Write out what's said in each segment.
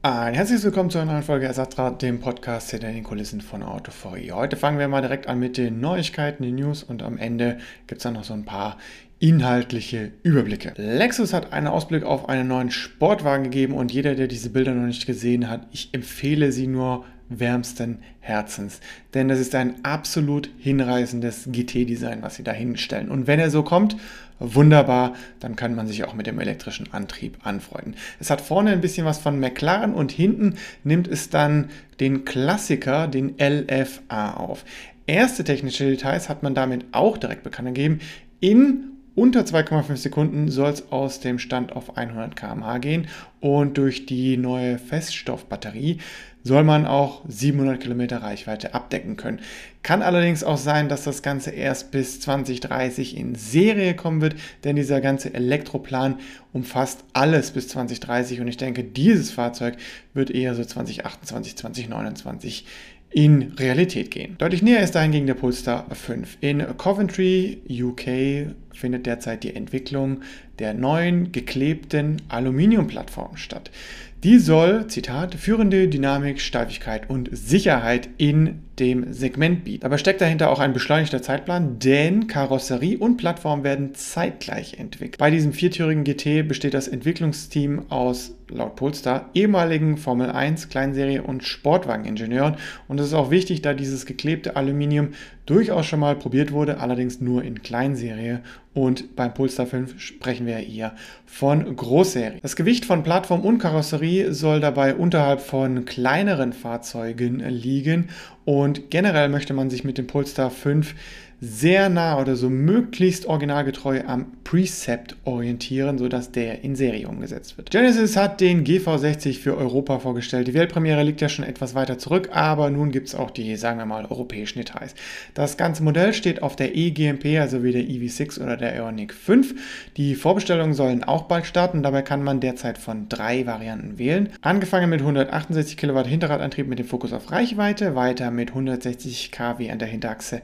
Ein herzliches Willkommen zu einer neuen Folge Ersatzrad, dem Podcast hinter den Kulissen von Autoforie. Heute fangen wir mal direkt an mit den Neuigkeiten, den News und am Ende gibt es dann noch so ein paar inhaltliche Überblicke. Lexus hat einen Ausblick auf einen neuen Sportwagen gegeben und jeder, der diese Bilder noch nicht gesehen hat, ich empfehle sie nur wärmsten Herzens, denn das ist ein absolut hinreißendes GT-Design, was sie da hinstellen. Und wenn er so kommt, wunderbar, dann kann man sich auch mit dem elektrischen Antrieb anfreunden. Es hat vorne ein bisschen was von McLaren und hinten nimmt es dann den Klassiker, den LFA auf. Erste technische Details hat man damit auch direkt bekannt gegeben. In unter 2,5 Sekunden soll es aus dem Stand auf 100 km/h gehen und durch die neue Feststoffbatterie soll man auch 700 Kilometer Reichweite abdecken können. Kann allerdings auch sein, dass das Ganze erst bis 2030 in Serie kommen wird, denn dieser ganze Elektroplan umfasst alles bis 2030 und ich denke, dieses Fahrzeug wird eher so 2028, 2029 in Realität gehen. Deutlich näher ist dahingegen der Polestar 5. In Coventry, UK, findet derzeit die Entwicklung der neuen geklebten Aluminiumplattform statt. Die soll, Zitat, führende Dynamik, Steifigkeit und Sicherheit in dem Segment bieten. Dabei steckt dahinter auch ein beschleunigter Zeitplan, denn Karosserie und Plattform werden zeitgleich entwickelt. Bei diesem viertürigen GT besteht das Entwicklungsteam aus, laut Polestar, ehemaligen Formel 1, Kleinserie und Sportwageningenieuren. Und das ist auch wichtig, da dieses geklebte Aluminium durchaus schon mal probiert wurde, allerdings nur in Kleinserie. Und beim Polestar 5 sprechen wir eher von Großserie. Das Gewicht von Plattform und Karosserie soll dabei unterhalb von kleineren Fahrzeugen liegen. Und generell möchte man sich mit dem Polestar 5 sehr nah oder so möglichst originalgetreu am Precept orientieren, sodass der in Serie umgesetzt wird. Genesis hat den GV60 für Europa vorgestellt. Die Weltpremiere liegt ja schon etwas weiter zurück, aber nun gibt es auch die, sagen wir mal, europäischen Details. Das ganze Modell steht auf der eGMP, also wie der EV6 oder der Ioniq 5. Die Vorbestellungen sollen auch bald starten, dabei kann man derzeit von 3 Varianten wählen. Angefangen mit 168 Kilowatt Hinterradantrieb mit dem Fokus auf Reichweite, weiter mit 160 kW an der Hinterachse,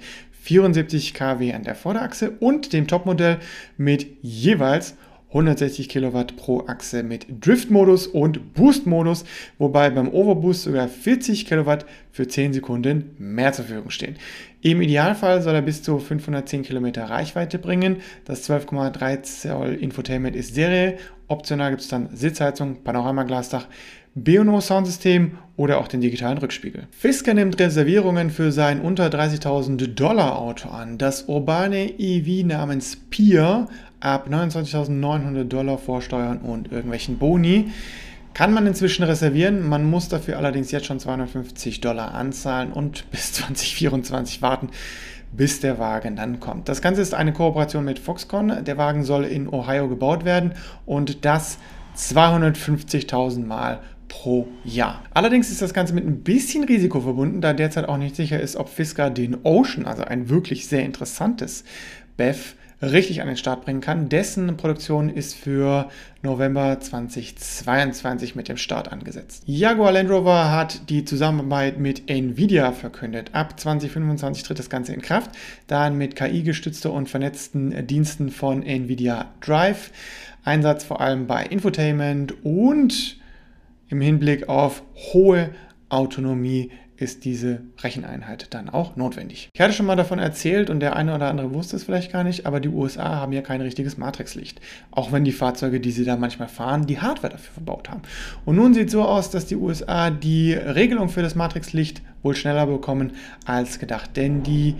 74 kW an der Vorderachse und dem Topmodell mit jeweils 160 Kilowatt pro Achse mit Drift-Modus und Boost-Modus, wobei beim Overboost sogar 40 Kilowatt für 10 Sekunden mehr zur Verfügung stehen. Im Idealfall soll er bis zu 510 Kilometer Reichweite bringen. Das 12,3 Zoll Infotainment ist Serie. Optional gibt es dann Sitzheizung, Panoramaglasdach, B&O-Soundsystem oder auch den digitalen Rückspiegel. Fisker nimmt Reservierungen für sein unter $30.000 Auto an. Das urbane EV namens Pier ab $29.900 vor Steuern und irgendwelchen Boni kann man inzwischen reservieren. Man muss dafür allerdings jetzt schon $250 anzahlen und bis 2024 warten, bis der Wagen dann kommt. Das Ganze ist eine Kooperation mit Foxconn. Der Wagen soll in Ohio gebaut werden und das 250.000 Mal pro Jahr. Allerdings ist das Ganze mit ein bisschen Risiko verbunden, da derzeit auch nicht sicher ist, ob Fisker den Ocean, also ein wirklich sehr interessantes BEV, richtig an den Start bringen kann. Dessen Produktion ist für November 2022 mit dem Start angesetzt. Jaguar Land Rover hat die Zusammenarbeit mit Nvidia verkündet. Ab 2025 tritt das Ganze in Kraft, dann mit KI-gestützter und vernetzten Diensten von Nvidia Drive. Einsatz vor allem bei Infotainment und im Hinblick auf hohe Autonomie ist diese Recheneinheit dann auch notwendig. Ich hatte schon mal davon erzählt und der eine oder andere wusste es vielleicht gar nicht, aber die USA haben ja kein richtiges Matrixlicht. Auch wenn die Fahrzeuge, die sie da manchmal fahren, die Hardware dafür verbaut haben. Und nun sieht es so aus, dass die USA die Regelung für das Matrixlicht wohl schneller bekommen als gedacht. Denn die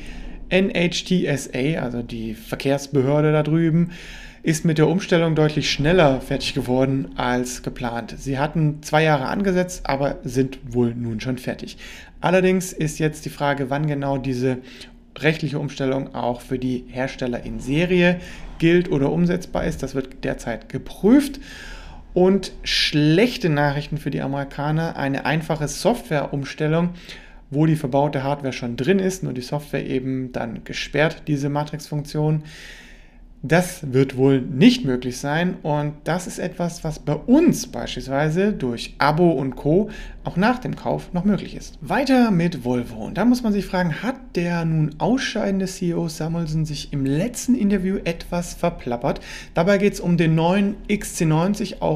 NHTSA, also die Verkehrsbehörde da drüben, ist mit der Umstellung deutlich schneller fertig geworden als geplant. Sie hatten 2 Jahre angesetzt, aber sind wohl nun schon fertig. Allerdings ist jetzt die Frage, wann genau diese rechtliche Umstellung auch für die Hersteller in Serie gilt oder umsetzbar ist. Das wird derzeit geprüft. Und schlechte Nachrichten für die Amerikaner, eine einfache Softwareumstellung, wo die verbaute Hardware schon drin ist, nur die Software eben dann gesperrt, diese Matrix-Funktion. Das wird wohl nicht möglich sein und das ist etwas, was bei uns beispielsweise durch Abo und Co. auch nach dem Kauf noch möglich ist. Weiter mit Volvo und da muss man sich fragen, hat der nun ausscheidende CEO Samuelsson sich im letzten Interview etwas verplappert? Dabei geht es um den neuen XC90, auch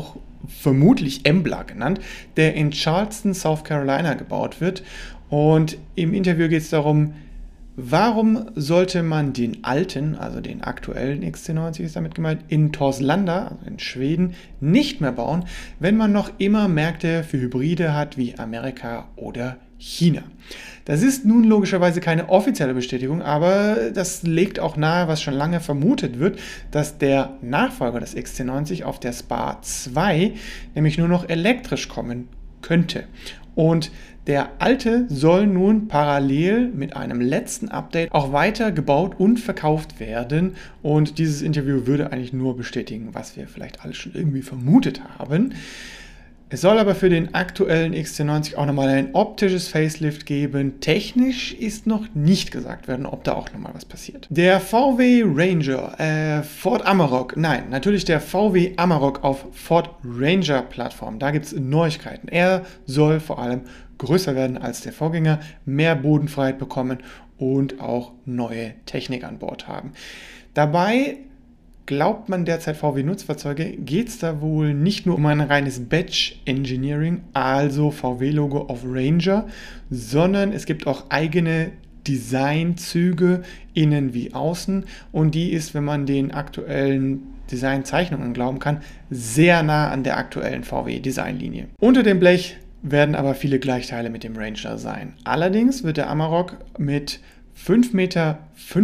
vermutlich Embla genannt, der in Charleston, South Carolina gebaut wird. Und im Interview geht es darum, warum sollte man den alten, also den aktuellen XC90 ist damit gemeint, in Torslanda, also in Schweden, nicht mehr bauen, wenn man noch immer Märkte für Hybride hat wie Amerika oder China. Das ist nun logischerweise keine offizielle Bestätigung, aber das legt auch nahe, was schon lange vermutet wird, dass der Nachfolger des XC90 auf der SPA 2 nämlich nur noch elektrisch kommen könnte. Und der alte soll nun parallel mit einem letzten Update auch weiter gebaut und verkauft werden. Und dieses Interview würde eigentlich nur bestätigen, was wir vielleicht alle schon irgendwie vermutet haben. Es soll aber für den aktuellen XC90 auch nochmal ein optisches Facelift geben. Technisch ist noch nicht gesagt werden, ob da auch nochmal was passiert. Der VW Ranger, Ford Amarok, nein, natürlich der VW Amarok auf Ford Ranger Plattform. Da gibt es Neuigkeiten. Er soll vor allem größer werden als der Vorgänger, mehr Bodenfreiheit bekommen und auch neue Technik an Bord haben. Dabei glaubt man derzeit VW-Nutzfahrzeuge, geht es da wohl nicht nur um ein reines Badge-Engineering, also VW-Logo auf Ranger, sondern es gibt auch eigene Designzüge, innen wie außen, und die ist, wenn man den aktuellen Designzeichnungen glauben kann, sehr nah an der aktuellen VW-Designlinie. Unter dem Blech werden aber viele Gleichteile mit dem Ranger sein. Allerdings wird der Amarok mit 5,35 Meter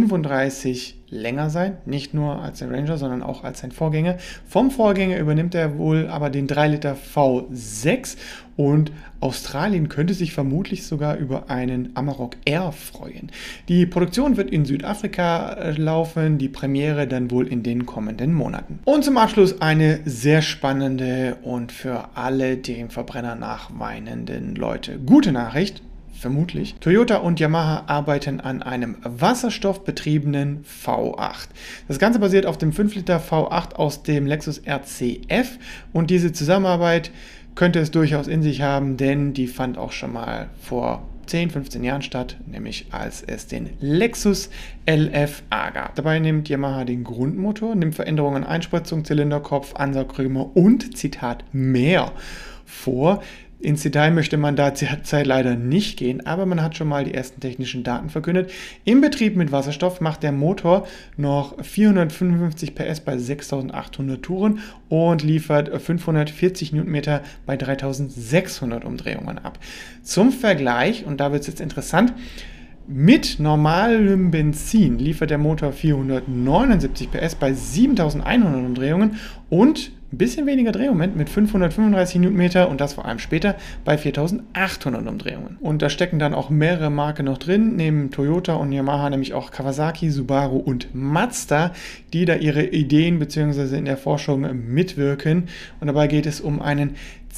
länger sein, nicht nur als der Ranger, sondern auch als sein Vorgänger. Vom Vorgänger übernimmt er wohl aber den 3 Liter V6 und Australien könnte sich vermutlich sogar über einen Amarok R freuen. Die Produktion wird in Südafrika laufen, die Premiere dann wohl in den kommenden Monaten. Und zum Abschluss eine sehr spannende und für alle dem Verbrenner nachweinenden Leute gute Nachricht. Vermutlich. Toyota und Yamaha arbeiten an einem wasserstoffbetriebenen V8. Das Ganze basiert auf dem 5 Liter V8 aus dem Lexus RCF und diese Zusammenarbeit könnte es durchaus in sich haben, denn die fand auch schon mal vor 10, 15 Jahren statt, nämlich als es den Lexus LFA gab. Dabei nimmt Yamaha den Grundmotor, nimmt Veränderungen an Einspritzung, Zylinderkopf, Ansaugriemen und, Zitat, mehr vor. Ins Detail möchte man da derzeit leider nicht gehen, aber man hat schon mal die ersten technischen Daten verkündet. Im Betrieb mit Wasserstoff macht der Motor noch 455 PS bei 6.800 Touren und liefert 540 Newtonmeter bei 3.600 Umdrehungen ab. Zum Vergleich, und da wird es jetzt interessant, mit normalem Benzin liefert der Motor 479 PS bei 7.100 Umdrehungen und ein bisschen weniger Drehmoment mit 535 Newtonmeter und das vor allem später bei 4.800 Umdrehungen. Und da stecken dann auch mehrere Marken noch drin, neben Toyota und Yamaha nämlich auch Kawasaki, Subaru und Mazda, die da ihre Ideen bzw. in der Forschung mitwirken. Und dabei geht es um einen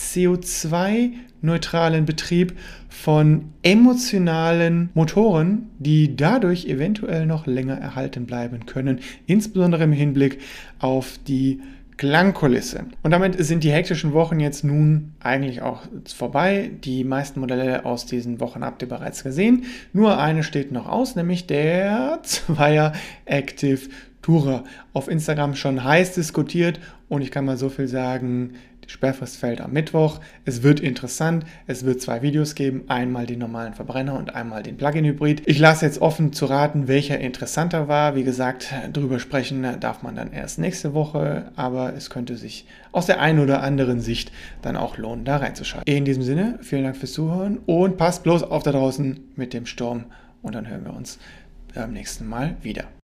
CO2-neutralen Betrieb von emotionalen Motoren, die dadurch eventuell noch länger erhalten bleiben können, insbesondere im Hinblick auf die Klangkulisse. Und damit sind die hektischen Wochen jetzt nun eigentlich auch vorbei. Die meisten Modelle aus diesen Wochen habt ihr bereits gesehen. Nur eine steht noch aus, nämlich der Zweier Active Tourer. Auf Instagram schon heiß diskutiert und ich kann mal so viel sagen, die Sperrfrist fällt am Mittwoch. Es wird interessant. Es wird 2 Videos geben. Einmal den normalen Verbrenner und einmal den Plug-in-Hybrid. Ich lasse jetzt offen zu raten, welcher interessanter war. Wie gesagt, drüber sprechen darf man dann erst nächste Woche. Aber es könnte sich aus der einen oder anderen Sicht dann auch lohnen, da reinzuschalten. In diesem Sinne, vielen Dank fürs Zuhören und passt bloß auf da draußen mit dem Sturm. Und dann hören wir uns beim nächsten Mal wieder.